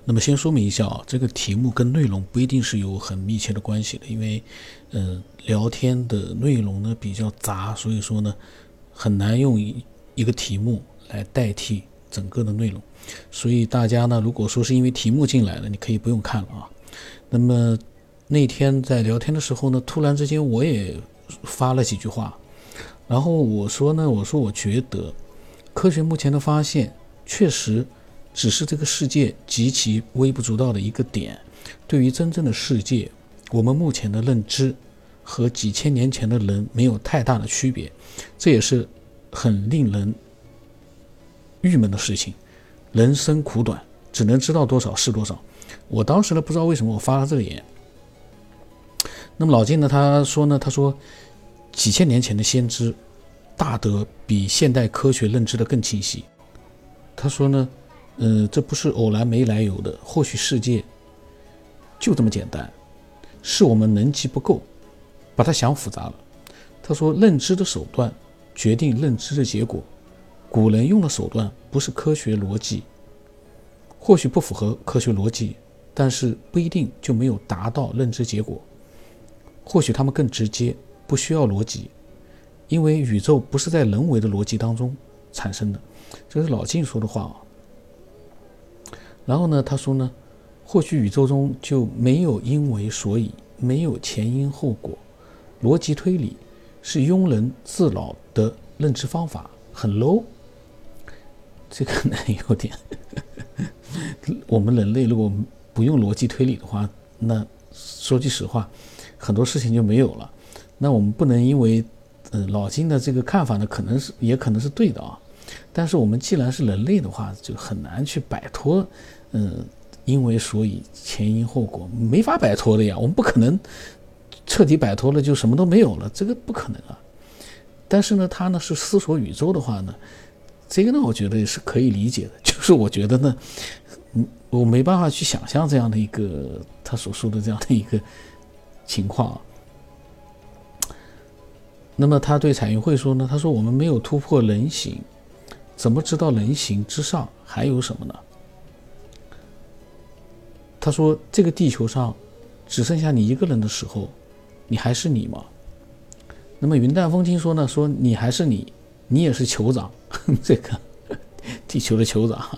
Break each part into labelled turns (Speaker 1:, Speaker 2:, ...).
Speaker 1: 那么先说明一下啊，这个题目跟内容不一定是有很密切的关系的，因为聊天的内容呢比较杂，所以说呢很难用一个题目来代替整个的内容。所以大家呢如果说是因为题目进来了，你可以不用看了啊。那么那天在聊天的时候呢，突然之间我也发了几句话，然后我说我觉得科学目前的发现确实只是这个世界极其微不足道的一个点，对于真正的世界，我们目前的认知和几千年前的人没有太大的区别，这也是很令人郁闷的事情。人生苦短，只能知道多少是多少。我当时呢不知道为什么我发了这个言。那么老金呢他说几千年前的先知大德比现代科学认知的更清晰。他说呢这不是偶然没来由的，或许世界就这么简单，是我们能级不够，把它想复杂了。他说认知的手段决定认知的结果，古人用的手段不是科学逻辑，或许不符合科学逻辑，但是不一定就没有达到认知结果。或许他们更直接，不需要逻辑，因为宇宙不是在人为的逻辑当中产生的。这是老晋说的话啊。然后呢他说呢，或许宇宙中就没有因为所以，没有前因后果，逻辑推理是庸人自扰的认知方法，很 low。 这个呢有点我们人类如果不用逻辑推理的话，那说句实话很多事情就没有了。那我们不能因为老金的这个看法呢也可能是对的啊，但是我们既然是人类的话，就很难去摆脱因为所以前因后果，没法摆脱的呀。我们不可能彻底摆脱了就什么都没有了，这个不可能啊。但是呢他呢是思索宇宙的话呢，这个呢我觉得也是可以理解的。就是我觉得呢我没办法去想象这样的一个他所说的这样的一个情况啊。那么他对彩云会说呢，他说我们没有突破人形，怎么知道人形之上还有什么呢？他说这个地球上只剩下你一个人的时候，你还是你吗？那么云淡风轻说呢，说你还是你，你也是酋长这个地球的酋长。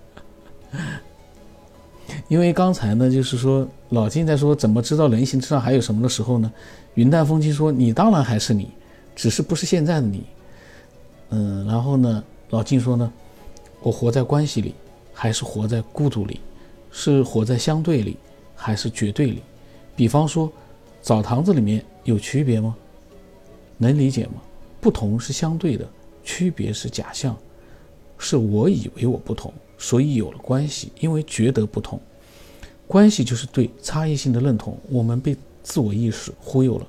Speaker 1: 因为刚才呢就是说老金在说怎么知道人形之上还有什么的时候呢，云淡风轻说你当然还是你，只是不是现在的你。然后呢老金说呢，我活在关系里还是活在孤独里，是活在相对里还是绝对里？比方说澡堂子里面有区别吗？能理解吗？不同是相对的，区别是假象，是我以为我不同，所以有了关系，因为觉得不同。关系就是对差异性的认同，我们被自我意识忽悠了。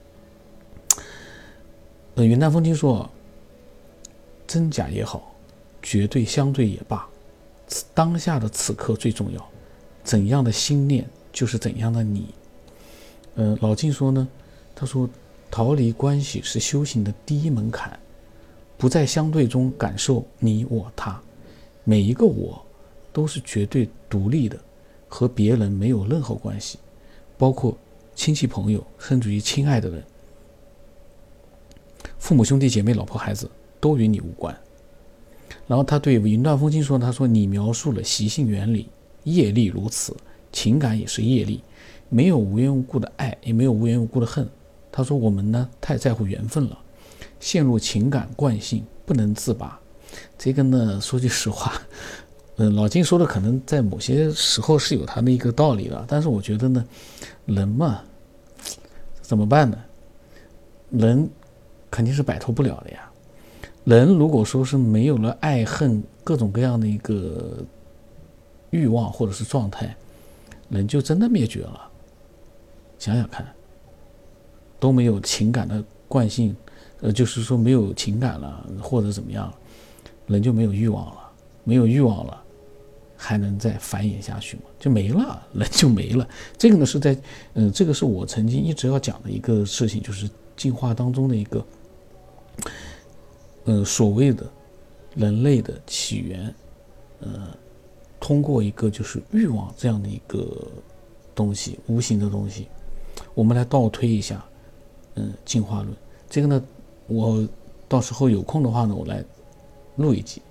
Speaker 1: 云淡风轻说，真假也好，绝对相对也罢，当下的此刻最重要，怎样的心念就是怎样的你。老晋说呢，他说逃离关系是修行的第一门槛，不在相对中感受你我他，每一个我都是绝对独立的，和别人没有任何关系，包括亲戚朋友，甚至于亲爱的人，父母兄弟姐妹老婆孩子都与你无关。然后他对云淡风轻说，他说你描述了习性原理，业力如此，情感也是业力，没有无缘无故的爱，也没有无缘无故的恨。他说我们呢太在乎缘分了，陷入情感惯性不能自拔。这个呢说句实话，老金说的可能在某些时候是有他的一个道理的，但是我觉得呢，人嘛怎么办呢？人肯定是摆脱不了的呀。人如果说是没有了爱恨各种各样的一个欲望或者是状态，人就真的灭绝了。想想看，都没有情感的惯性，就是说没有情感了或者怎么样，人就没有欲望了，没有欲望了还能再繁衍下去吗？就没了，人就没了。这个呢是在这个是我曾经一直要讲的一个事情，就是进化当中的一个所谓的人类的起源， 通过一个就是欲望这样的一个东西，无形的东西，我们来倒推一下，进化论。这个呢，我到时候有空的话呢，我来录一集。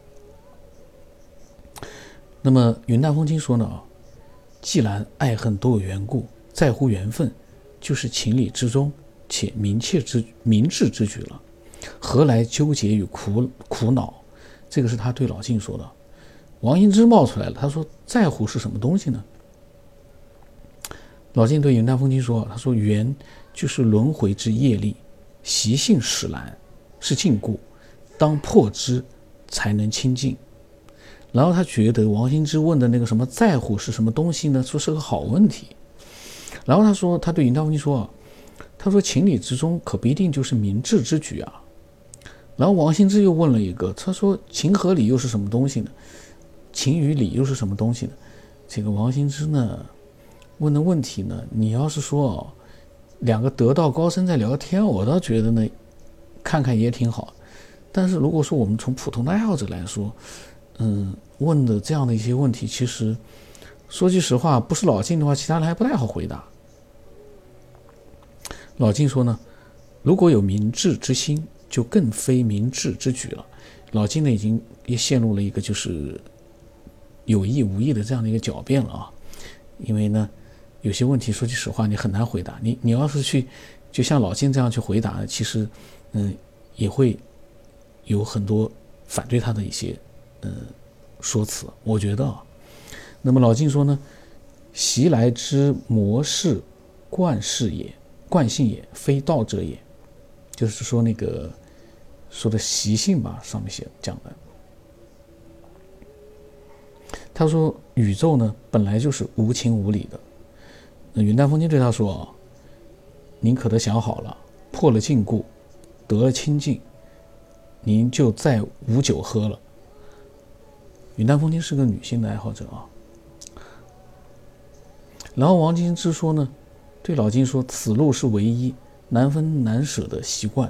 Speaker 1: 那么云淡风轻说呢，既然爱恨都有缘故，在乎缘分，就是情理之中且明智之举了，何来纠结与苦恼？这个是他对老晋说的。王羲之冒出来了，他说在乎是什么东西呢？老晋对云淡风轻说，他说缘就是轮回之业力，习性使然，是禁锢，当破之才能清净。然后他觉得王羲之问的那个什么在乎是什么东西呢，说是个好问题。然后他说，他对云淡风轻说，他说情理之中可不一定就是明智之举啊。然后王羲之又问了一个，他说情和理又是什么东西呢？情与理又是什么东西呢？这个王羲之呢问的问题呢，你要是说两个得道高僧在聊天，我倒觉得呢看看也挺好。但是如果说我们从普通的爱好者来说，问的这样的一些问题，其实说句实话，不是老晋的话，其他人还不太好回答。老晋说呢，如果有明智之心，就更非明智之举了。老晋呢已经也陷入了一个就是有意无意的这样的一个狡辩了啊。因为呢有些问题说句实话你很难回答，你要是去就像老晋这样去回答，其实也会有很多反对他的一些说辞，我觉得啊。那么老晋说呢，习来之模式惯性也，非道者也。就是说那个说的习性吧，上面讲的。他说宇宙呢本来就是无情无理的。那云淡风轻对他说，您可得想好了，破了禁锢，得了清净，您就再无酒喝了。云淡风轻是个女性的爱好者啊。然后王羲之说呢，对老晋说，此路是唯一，难分难舍的习惯。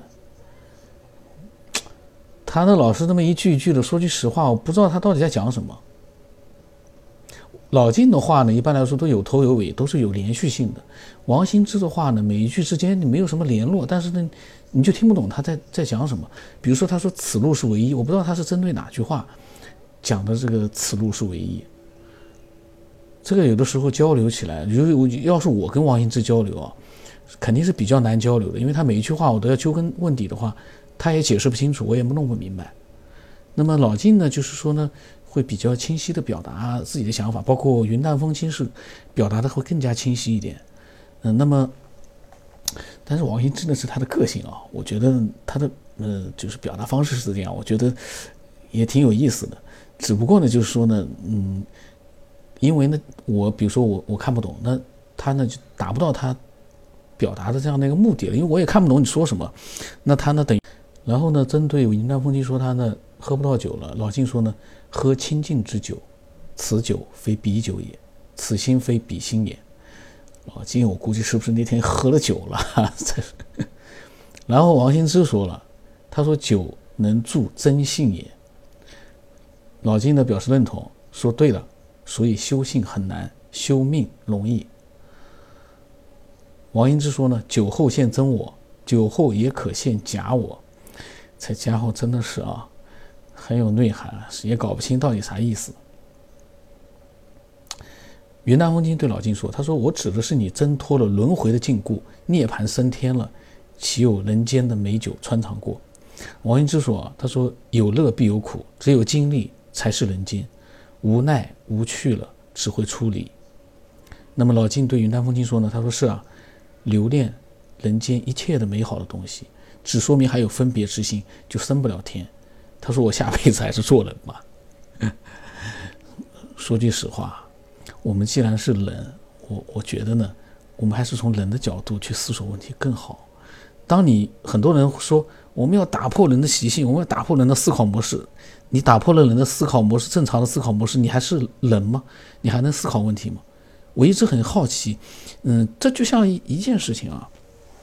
Speaker 1: 他的老师这么一句一句的说句实话，我不知道他到底在讲什么。老晋的话呢，一般来说都有头有尾，都是有连续性的。王羲之的话呢，每一句之间你没有什么联络，但是呢，你就听不懂他在讲什么。比如说他说此路是唯一，我不知道他是针对哪句话讲的这个此路是唯一。这个有的时候交流起来，要是我跟王羲之交流啊，肯定是比较难交流的，因为他每一句话我都要究根问底的话，他也解释不清楚，我也弄不明白。那么老晋呢，就是说呢，会比较清晰的表达自己的想法，包括云淡风轻是表达的会更加清晰一点。那么但是王羲之呢是他的个性啊，我觉得他的就是表达方式是这样，我觉得也挺有意思的。只不过呢就是说呢因为呢我比如说我看不懂，那他呢就达不到他表达的这样的一个目的了，因为我也看不懂你说什么。那他呢等于然后呢针对云淡风轻说他呢喝不到酒了，老晋说呢，喝清净之酒，此酒非彼酒也，此心非彼心也。老晋我估计是不是那天喝了酒了然后王羲之说了，他说酒能助真性也。老晋呢表示认同，说对了，所以修性很难，修命容易。王羲之说呢，酒后现真我，酒后也可现假我。这家伙真的是啊很有内涵，也搞不清到底啥意思。云淡风轻对老晋说，他说我指的是你挣脱了轮回的禁锢，涅槃升天了，岂有人间的美酒穿肠过。王羲之说，他说有乐必有苦，只有经历才是人间，无奈无趣了只会出离。那么老晋对云淡风轻说呢，他说是啊，留恋人间一切的美好的东西，只说明还有分别之心，就升不了天。他说我下辈子还是做人吧说句实话，我们既然是人，我觉得呢，我们还是从人的角度去思索问题更好。当你很多人说我们要打破人的习性，我们要打破人的思考模式，你打破了人的思考模式，正常的思考模式，你还是人吗？你还能思考问题吗？我一直很好奇，这就像一件事情啊，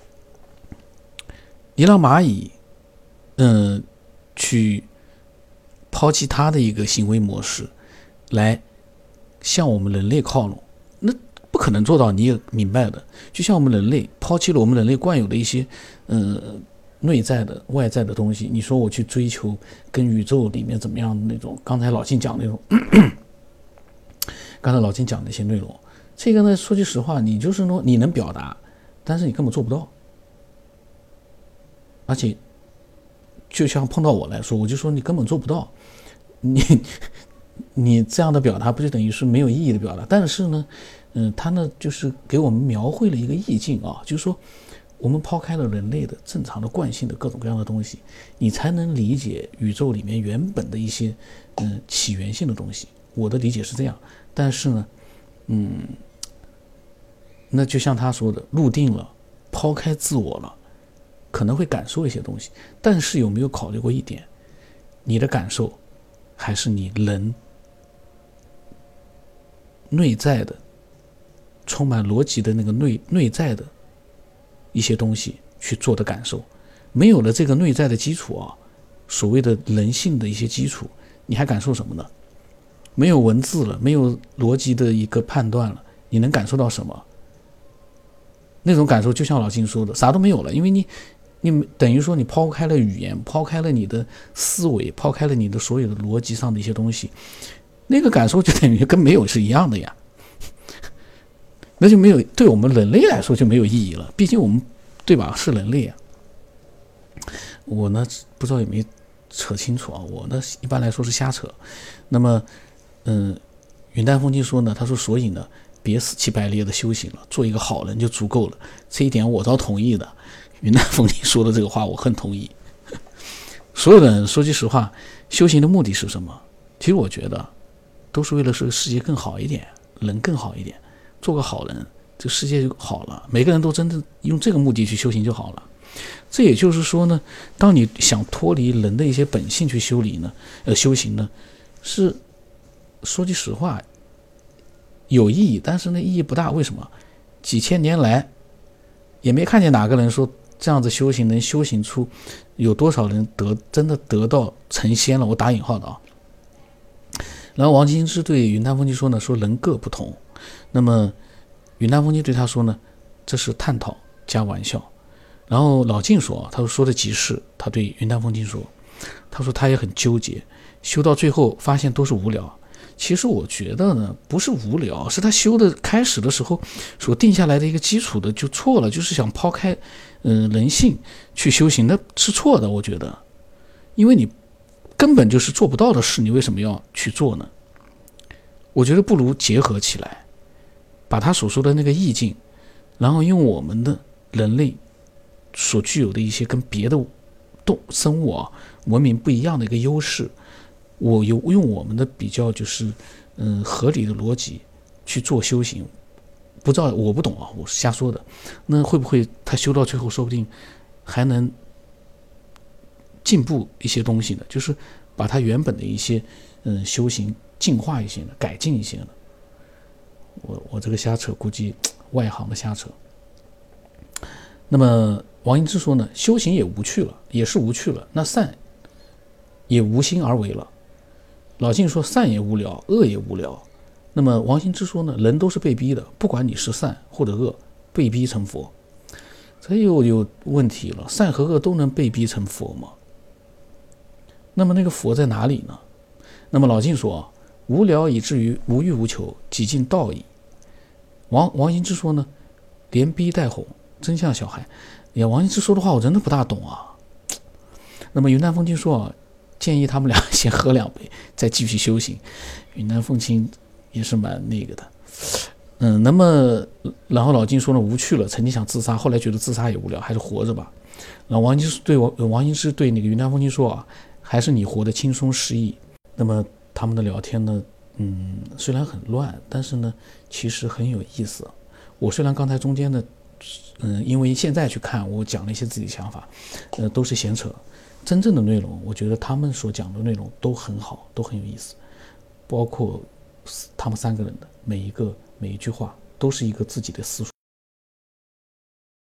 Speaker 1: 你让蚂蚁去抛弃它的一个行为模式来向我们人类靠拢，那不可能做到，你也明白的。就像我们人类抛弃了我们人类惯有的一些内在的外在的东西，你说我去追求跟宇宙里面怎么样的那种，刚才老金讲那种刚才老金讲的一些内容，这个呢说句实话，你就是说你能表达，但是你根本做不到。而且就像碰到我来说，我就说你根本做不到，你这样的表达不就等于是没有意义的表达？但是呢，他呢就是给我们描绘了一个意境啊，就是说我们抛开了人类的正常的惯性的各种各样的东西，你才能理解宇宙里面原本的一些起源性的东西。我的理解是这样，但是呢，那就像他说的，入定了，抛开自我了，可能会感受一些东西，但是有没有考虑过一点，你的感受还是你人内在的充满逻辑的那个内在的一些东西去做的感受，没有了这个内在的基础啊，所谓的人性的一些基础，你还感受什么呢？没有文字了，没有逻辑的一个判断了，你能感受到什么？那种感受就像老金说的，啥都没有了，因为你等于说你抛开了语言，抛开了你的思维，抛开了你的所有的逻辑上的一些东西，那个感受就等于跟没有是一样的呀。那就没有，对我们人类来说就没有意义了，毕竟我们对吧是人类啊。我呢不知道有没有扯清楚啊，我呢一般来说是瞎扯。那么云淡风轻说呢，他说所以呢别死乞白赖的修行了，做一个好人就足够了，这一点我倒同意的。云淡风轻说的这个话我很同意。所有的人说句实话，修行的目的是什么？其实我觉得都是为了这个世界更好一点，人更好一点，做个好人，这个世界就好了。每个人都真正用这个目的去修行就好了。这也就是说呢，当你想脱离人的一些本性去修行呢，是说句实话有意义，但是呢意义不大。为什么？几千年来也没看见哪个人说这样子修行能修行出有多少人真的得到成仙了，我打引号的啊。然后王金之对云淡风轻说呢，说人各不同。那么云淡风轻对他说呢，这是探讨加玩笑。然后老静说，他说的极是，他对云淡风轻说，他说他也很纠结，修到最后发现都是无聊。其实我觉得呢，不是无聊，是他修的开始的时候所定下来的一个基础的就错了，就是想抛开人性去修行，那是错的。我觉得，因为你根本就是做不到的事，你为什么要去做呢？我觉得不如结合起来，把他所说的那个意境，然后用我们的人类所具有的一些跟别的生物文明不一样的一个优势，我用我们的比较就是合理的逻辑去做修行。不知道，我不懂啊，我是瞎说的。那会不会他修到最后说不定还能进步一些东西呢？就是把他原本的一些修行进化一些呢，改进一些呢？我这个瞎扯，估计外行的瞎扯。那么王英之说呢，修行也无趣了，也是无趣了，那善也无心而为了。老静说善也无聊，恶也无聊。那么王英之说呢，人都是被逼的，不管你是善或者恶，被逼成佛。这又有问题了，善和恶都能被逼成佛吗？那么那个佛在哪里呢？那么老静说，无聊以至于无欲无求，几近道矣。王英之说呢，连逼带哄，真像小孩。呀，王英之说的话我真的不大懂啊。那么云淡风轻说建议他们俩先喝2杯，再继续修行。云淡风轻也是蛮那个的。那么然后老金说呢，无趣了，曾经想自杀，后来觉得自杀也无聊，还是活着吧。然后王英之对那个云淡风轻说还是你活得轻松适意。那么他们的聊天呢，虽然很乱，但是呢其实很有意思。我虽然刚才中间的因为现在去看我讲了一些自己的想法，都是闲扯，真正的内容我觉得他们所讲的内容都很好，都很有意思，包括他们3个人的每一句话都是一个自己的思索。